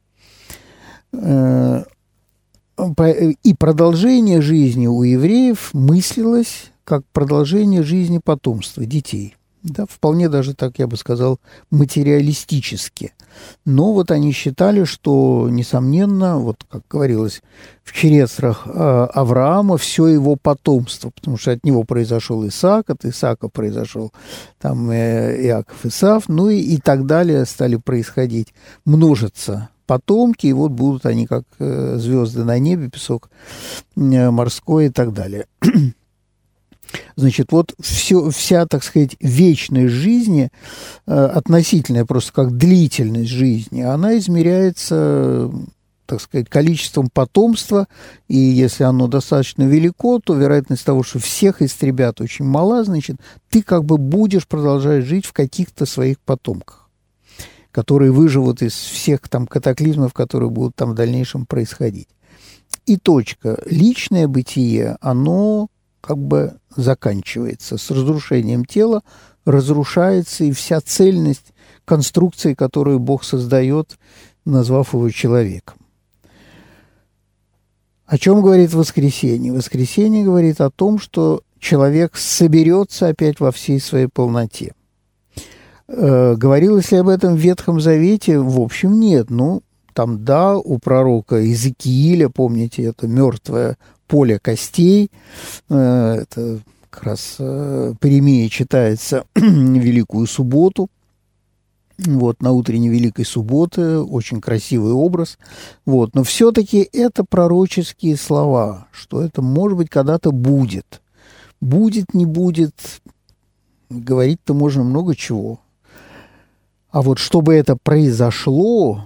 Э, и продолжение жизни у евреев мыслилось как продолжение жизни потомства, детей. Да, вполне даже, так я бы сказал, материалистически. Но вот они считали, что, несомненно, вот как говорилось в чресрах Авраама, все его потомство, потому что от него произошел Исаак, от Исаака произошел там Иаков, Исав, ну и, и так далее стали происходить, множиться потомки, и вот будут они как звезды на небе, песок морской и так далее. Значит, вот все, вся, так сказать, вечность жизни, э, относительная просто как длительность жизни, она измеряется, так сказать, количеством потомства, и если оно достаточно велико, то вероятность того, что всех истребят, очень мала, значит, ты как бы будешь продолжать жить в каких-то своих потомках, которые выживут из всех там катаклизмов, которые будут там в дальнейшем происходить. И точка. Личное бытие, оно как бы заканчивается с разрушением тела, разрушается и вся цельность конструкции, которую Бог создает, назвав его человеком. О чем говорит воскресение? Воскресение говорит о том, что человек соберется опять во всей своей полноте. Э, говорилось ли об этом в Ветхом Завете? В общем, нет. Ну, там, да, у пророка Иезекииля, помните, это мертвое поле костей, это как раз Паремия читается Великую Субботу, вот, на утренней Великой Субботы, очень красивый образ, вот, но все-таки это пророческие слова, что это, может быть, когда-то будет. Будет, не будет, говорить-то можно много чего. А вот чтобы это произошло,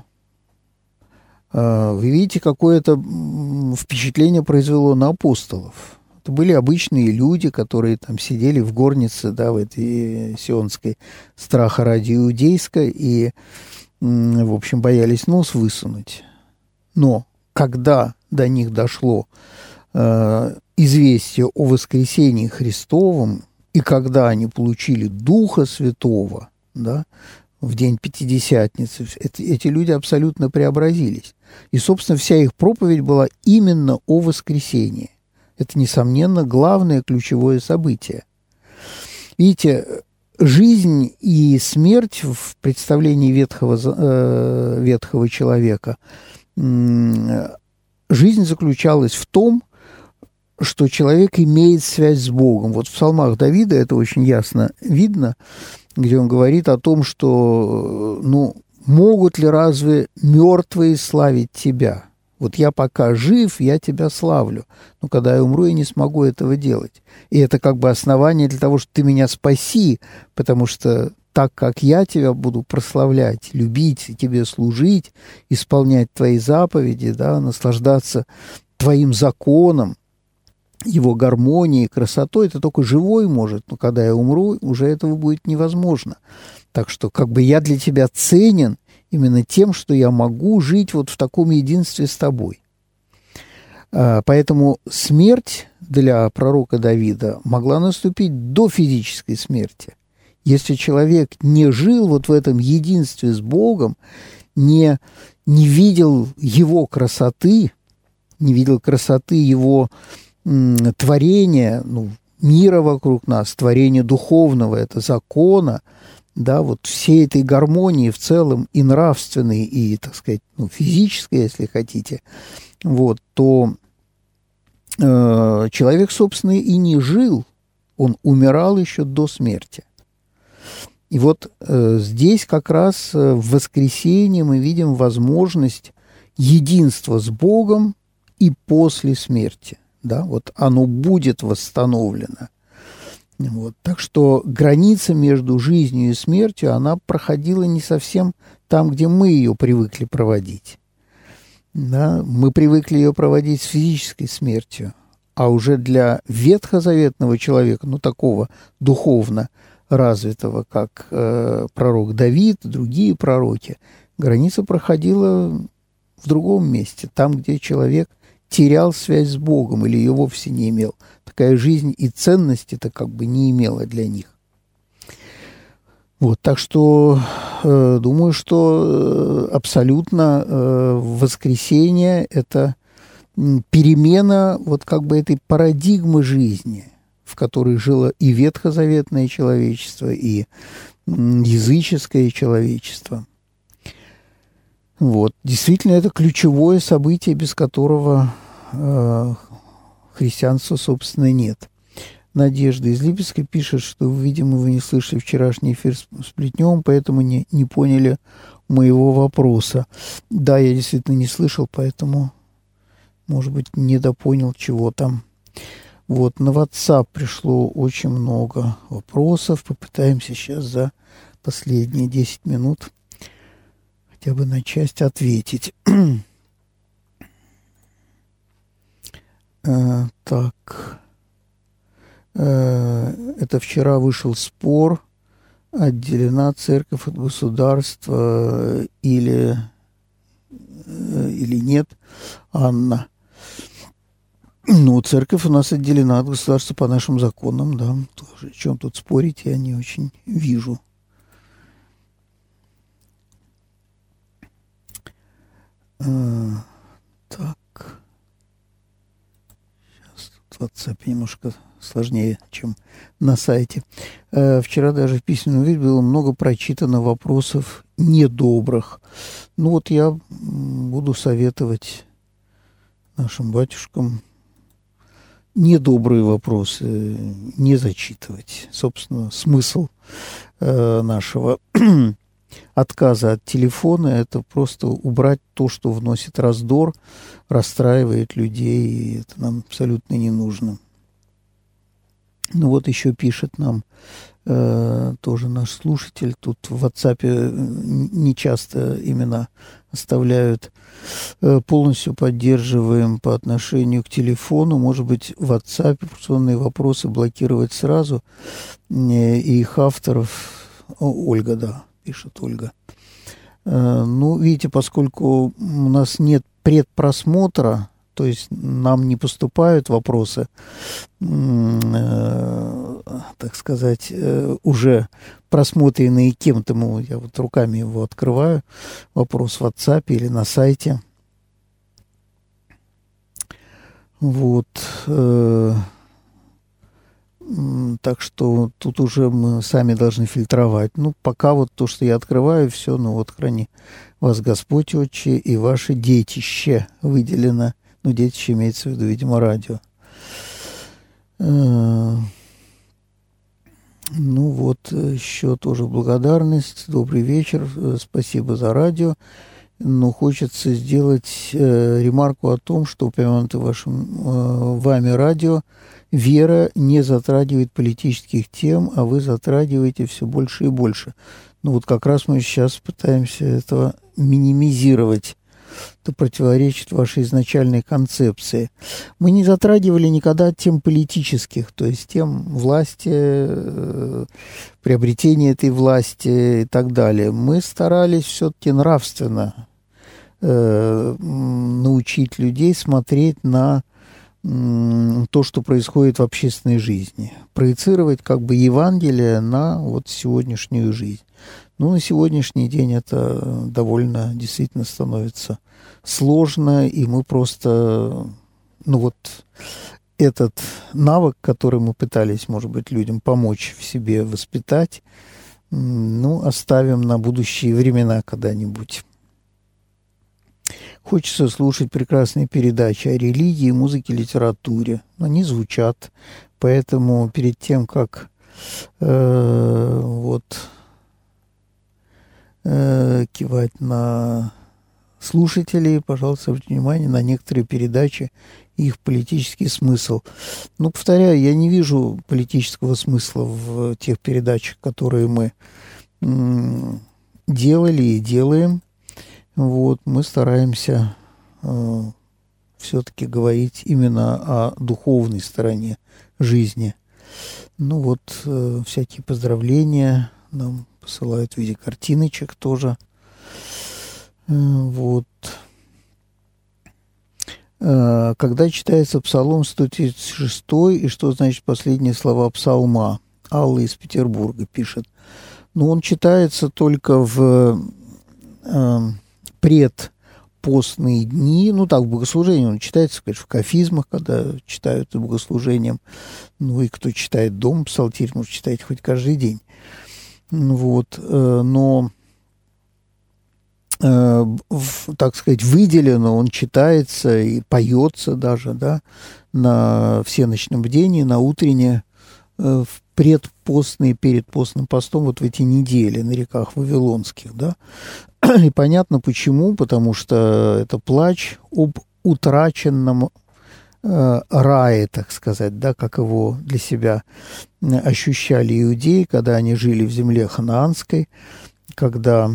вы видите, какое это впечатление произвело на апостолов. Это были обычные люди, которые там сидели в горнице, да, в этой сионской, страха ради иудейской, и, в общем, боялись нос высунуть. Но когда до них дошло э, известие о воскресении Христовом, и когда они получили Духа Святого, да, в день Пятидесятницы, эти, эти люди абсолютно преобразились. И, собственно, вся их проповедь была именно о воскресении. Это, несомненно, главное ключевое событие. Видите, жизнь и смерть в представлении ветхого, э, ветхого человека, э, жизнь заключалась в том, что человек имеет связь с Богом. Вот в псалмах Давида это очень ясно видно, где он говорит о том, что, ну, могут ли разве мертвые славить тебя? Вот я пока жив, я тебя славлю, но когда я умру, я не смогу этого делать. И это как бы основание для того, что ты меня спаси, потому что так как я тебя буду прославлять, любить, тебе служить, исполнять твои заповеди, да, наслаждаться твоим законом, его гармонией, красотой, это только живой может, но когда я умру, уже этого будет невозможно. Так что как бы я для тебя ценен именно тем, что я могу жить вот в таком единстве с тобой. Поэтому смерть для пророка Давида могла наступить до физической смерти. Если человек не жил вот в этом единстве с Богом, не, не видел его красоты, не видел красоты его м, творения, ну, мира вокруг нас, творения духовного, это закона, да, вот всей этой гармонии в целом и нравственной, и, так сказать, ну, физической, если хотите, вот, то э, человек, собственно, и не жил, он умирал еще до смерти. И вот э, здесь как раз э, в воскресенье мы видим возможность единства с Богом и после смерти, да, вот оно будет восстановлено. Вот. Так что граница между жизнью и смертью, она проходила не совсем там, где мы ее привыкли проводить. Да? Мы привыкли ее проводить с физической смертью, а уже для ветхозаветного человека, ну, такого духовно развитого, как э, пророк Давид, другие пророки, граница проходила в другом месте, там, где человек терял связь с Богом или ее вовсе не имел. Такая жизнь и ценности-то как бы не имела для них. Вот, так что э, думаю, что абсолютно э, воскресение – это перемена вот как бы этой парадигмы жизни, в которой жило и ветхозаветное человечество, и языческое человечество. Вот. Действительно, это ключевое событие, без которого э, христианства, собственно, нет. Надежда из Липецка пишет, что, видимо, вы не слышали вчерашний эфир с, с Плетневым, поэтому не, не поняли моего вопроса. Да, я действительно не слышал, поэтому, может быть, недопонял, чего там. Вот, на WhatsApp пришло очень много вопросов. Попытаемся сейчас за последние десять минут хотя бы на часть ответить. а, так. А, это вчера вышел спор, отделена церковь от государства или, или нет. Анна. Ну, церковь у нас отделена от государства по нашим законам, да. Тоже, о чем тут спорить, я не очень вижу. А, так. Сейчас тут в WhatsApp немножко сложнее, чем на сайте. А, вчера даже в письменном виде было много прочитано вопросов недобрых. Ну, вот я буду советовать нашим батюшкам недобрые вопросы не зачитывать. Собственно, смысл э, нашего отказа от телефона – это просто убрать то, что вносит раздор, расстраивает людей, и это нам абсолютно не нужно. Ну вот еще пишет нам э, тоже наш слушатель, тут в WhatsApp не часто имена оставляют, э, полностью поддерживаем по отношению к телефону, может быть, в WhatsApp операционные вопросы блокировать сразу, э, и их авторов, о, Ольга, да, пишет Ольга. Э, ну, видите, поскольку у нас нет предпросмотра, то есть нам не поступают вопросы, э, так сказать, э, уже просмотренные кем-то. Мы, я вот руками его открываю, вопрос в WhatsApp или на сайте. Вот. Э, так что тут уже мы сами должны фильтровать. Ну, пока вот то, что я открываю, все, ну вот храни вас Господь, Отче, и ваше детище выделено. Ну, детище имеется в виду, видимо, радио. Ну, вот еще тоже благодарность. Добрый вечер. Спасибо за радио. Но хочется сделать ремарку о том, что упомянутое вашим, вами радио «Вера» не затрагивает политических тем, а вы затрагиваете все больше и больше. Ну, вот как раз мы сейчас пытаемся этого минимизировать. Это противоречит вашей изначальной концепции. Мы не затрагивали никогда тем политических, то есть тем власти, э, приобретения этой власти и так далее. Мы старались все-таки нравственно э, научить людей смотреть на э, то, что происходит в общественной жизни, проецировать как бы Евангелие на вот сегодняшнюю жизнь. Ну, на сегодняшний день это довольно действительно становится сложно, и мы просто, ну вот этот навык, который мы пытались, может быть, людям помочь в себе воспитать, ну, оставим на будущие времена когда-нибудь. Хочется слушать прекрасные передачи о религии, музыке, литературе. Они звучат, поэтому перед тем, как э, вот... кивать на слушателей, пожалуйста, обратите внимание на некоторые передачи и их политический смысл. Ну, повторяю, я не вижу политического смысла в тех передачах, которые мы делали и делаем. Вот, мы стараемся э, все-таки говорить именно о духовной стороне жизни. Ну вот, э, всякие поздравления нам посылают в виде картиночек тоже. Вот. Когда читается Псалом сто тридцать шесть, и что значит последние слова Псалма? Алла из Петербурга пишет. Ну, он читается только в э, предпостные дни. Ну, так, в богослужении он читается, конечно, в кафизмах, когда читают богослужением. Ну, и кто читает дома псалтирь, может читать хоть каждый день. Вот, но, так сказать, выделено, он читается и поется даже, да, на всеночном бдении, на утреннее, в предпостные, перед постным постом, вот в эти недели на реках Вавилонских, да. И понятно почему, потому что это плач об утраченном рае, так сказать, да, как его для себя ощущали иудеи, когда они жили в земле ханаанской, когда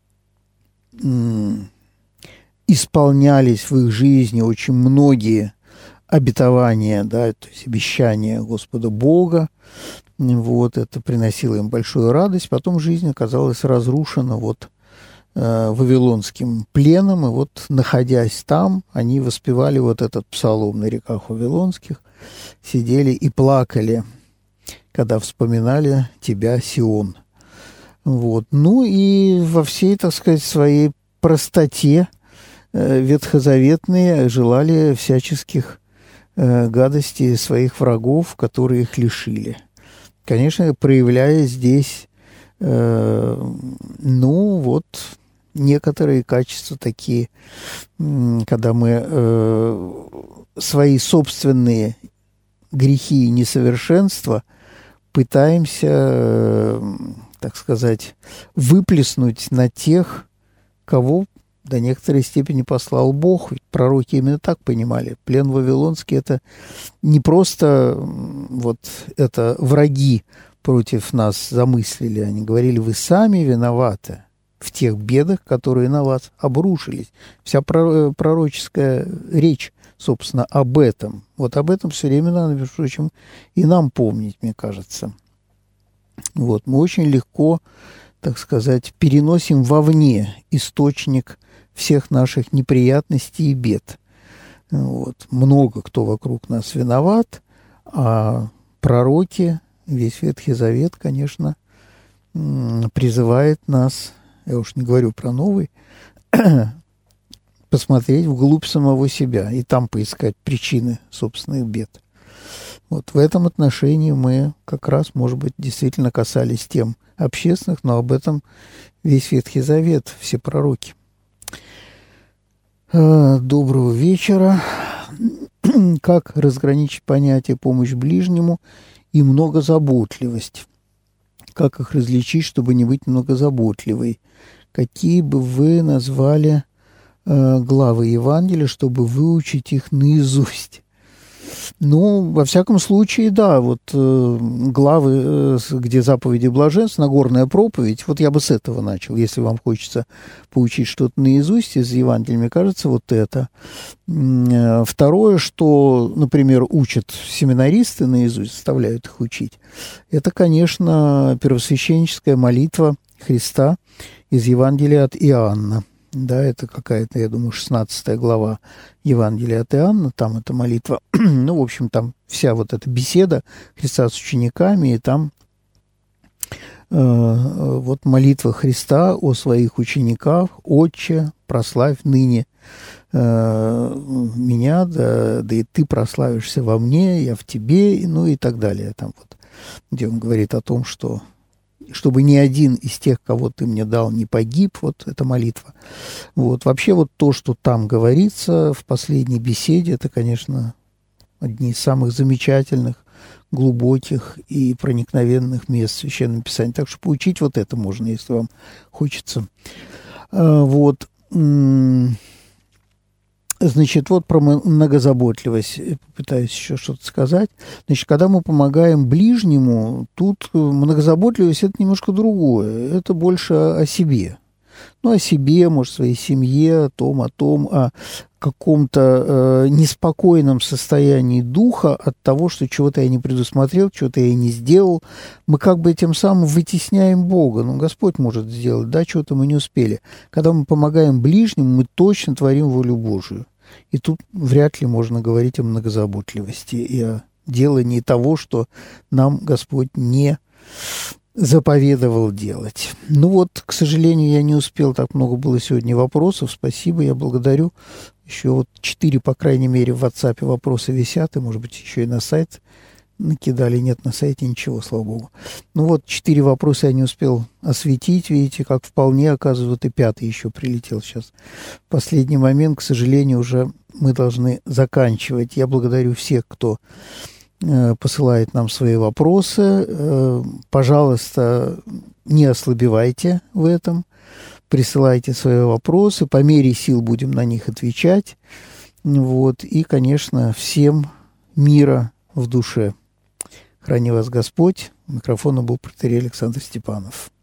м, исполнялись в их жизни очень многие обетования, да, то есть обещания Господа Бога. Вот, это приносило им большую радость. Потом жизнь оказалась разрушена вот вавилонским пленом, и вот, находясь там, они воспевали вот этот псалом на реках Вавилонских, сидели и плакали, когда вспоминали тебя, Сион. Вот. Ну и во всей, так сказать, своей простоте ветхозаветные желали всяческих гадостей своих врагов, которые их лишили. Конечно, проявляя здесь, ну вот, некоторые качества такие, когда мы э, свои собственные грехи и несовершенства пытаемся, э, так так сказать, выплеснуть на тех, кого до некоторой степени послал Бог. Ведь пророки именно так понимали. Плен вавилонский – это не просто вот это враги против нас замыслили. Они говорили, вы сами виноваты в тех бедах, которые на вас обрушились. Вся пророческая речь, собственно, об этом. Вот об этом все время надо, между прочим, и нам помнить, мне кажется. Вот. Мы очень легко, так сказать, переносим вовне источник всех наших неприятностей и бед. Вот. Много кто вокруг нас виноват, а пророки, весь Ветхий Завет, конечно, призывает нас, я уж не говорю про Новый, посмотреть вглубь самого себя и там поискать причины собственных бед. Вот в этом отношении мы как раз, может быть, действительно касались тем общественных, но об этом весь Ветхий Завет, все пророки. Доброго вечера. Как разграничить понятие «помощь ближнему» и «многозаботливость»? Как их различить, чтобы не быть многозаботливой? Какие бы вы назвали э, главы Евангелия, чтобы выучить их наизусть? Ну, во всяком случае, да, вот э, главы, э, где заповеди блаженств, Нагорная проповедь, вот я бы с этого начал, если вам хочется поучить что-то наизусть из Евангелия, мне кажется, вот это. Второе, что, например, учат семинаристы наизусть, заставляют их учить, это, конечно, первосвященническая молитва Христа из Евангелия от Иоанна. Да, это какая-то, я думаю, шестнадцатая глава Евангелия от Иоанна, там эта молитва. Ну, в общем, там вся вот эта беседа Христа с учениками, и там э, вот молитва Христа о своих учениках: «Отче, прославь ныне э, меня, да, да и ты прославишься во мне, я в тебе», ну и так далее. Там вот, где он говорит о том, что чтобы ни один из тех, кого ты мне дал, не погиб, вот эта молитва. Вот. Вообще вот то, что там говорится в последней беседе, это, конечно, одни из самых замечательных, глубоких и проникновенных мест Священного Писания. Так что поучить вот это можно, если вам хочется. Вот. Значит, вот про многозаботливость пытаюсь еще что-то сказать. Значит, когда мы помогаем ближнему, тут многозаботливость – это немножко другое. Это больше о себе. Ну, о себе, может, своей семье, о том, о том, о каком-то э, неспокойном состоянии духа от того, что чего-то я не предусмотрел, чего-то я не сделал. Мы как бы тем самым вытесняем Бога. Ну, Господь может сделать, да, чего-то мы не успели. Когда мы помогаем ближнему, мы точно творим волю Божию. И тут вряд ли можно говорить о многозаботливости и о делании того, что нам Господь не заповедовал делать. Ну вот, к сожалению, я не успел, так много было сегодня вопросов. Спасибо, я благодарю. Еще вот четыре, по крайней мере, в WhatsApp вопросы висят, и, может быть, еще и на сайт накидали. Нет, на сайте ничего, слава богу. Ну вот, четыре вопроса я не успел осветить. Видите, как вполне, оказывается, и пятый еще прилетел сейчас. В последний момент, к сожалению, уже мы должны заканчивать. Я благодарю всех, кто э, посылает нам свои вопросы. Э, пожалуйста, не ослабевайте в этом. Присылайте свои вопросы. По мере сил будем на них отвечать. Вот. И, конечно, всем мира в душе. Храни вас Господь. У микрофона был протоиерей Александр Степанов.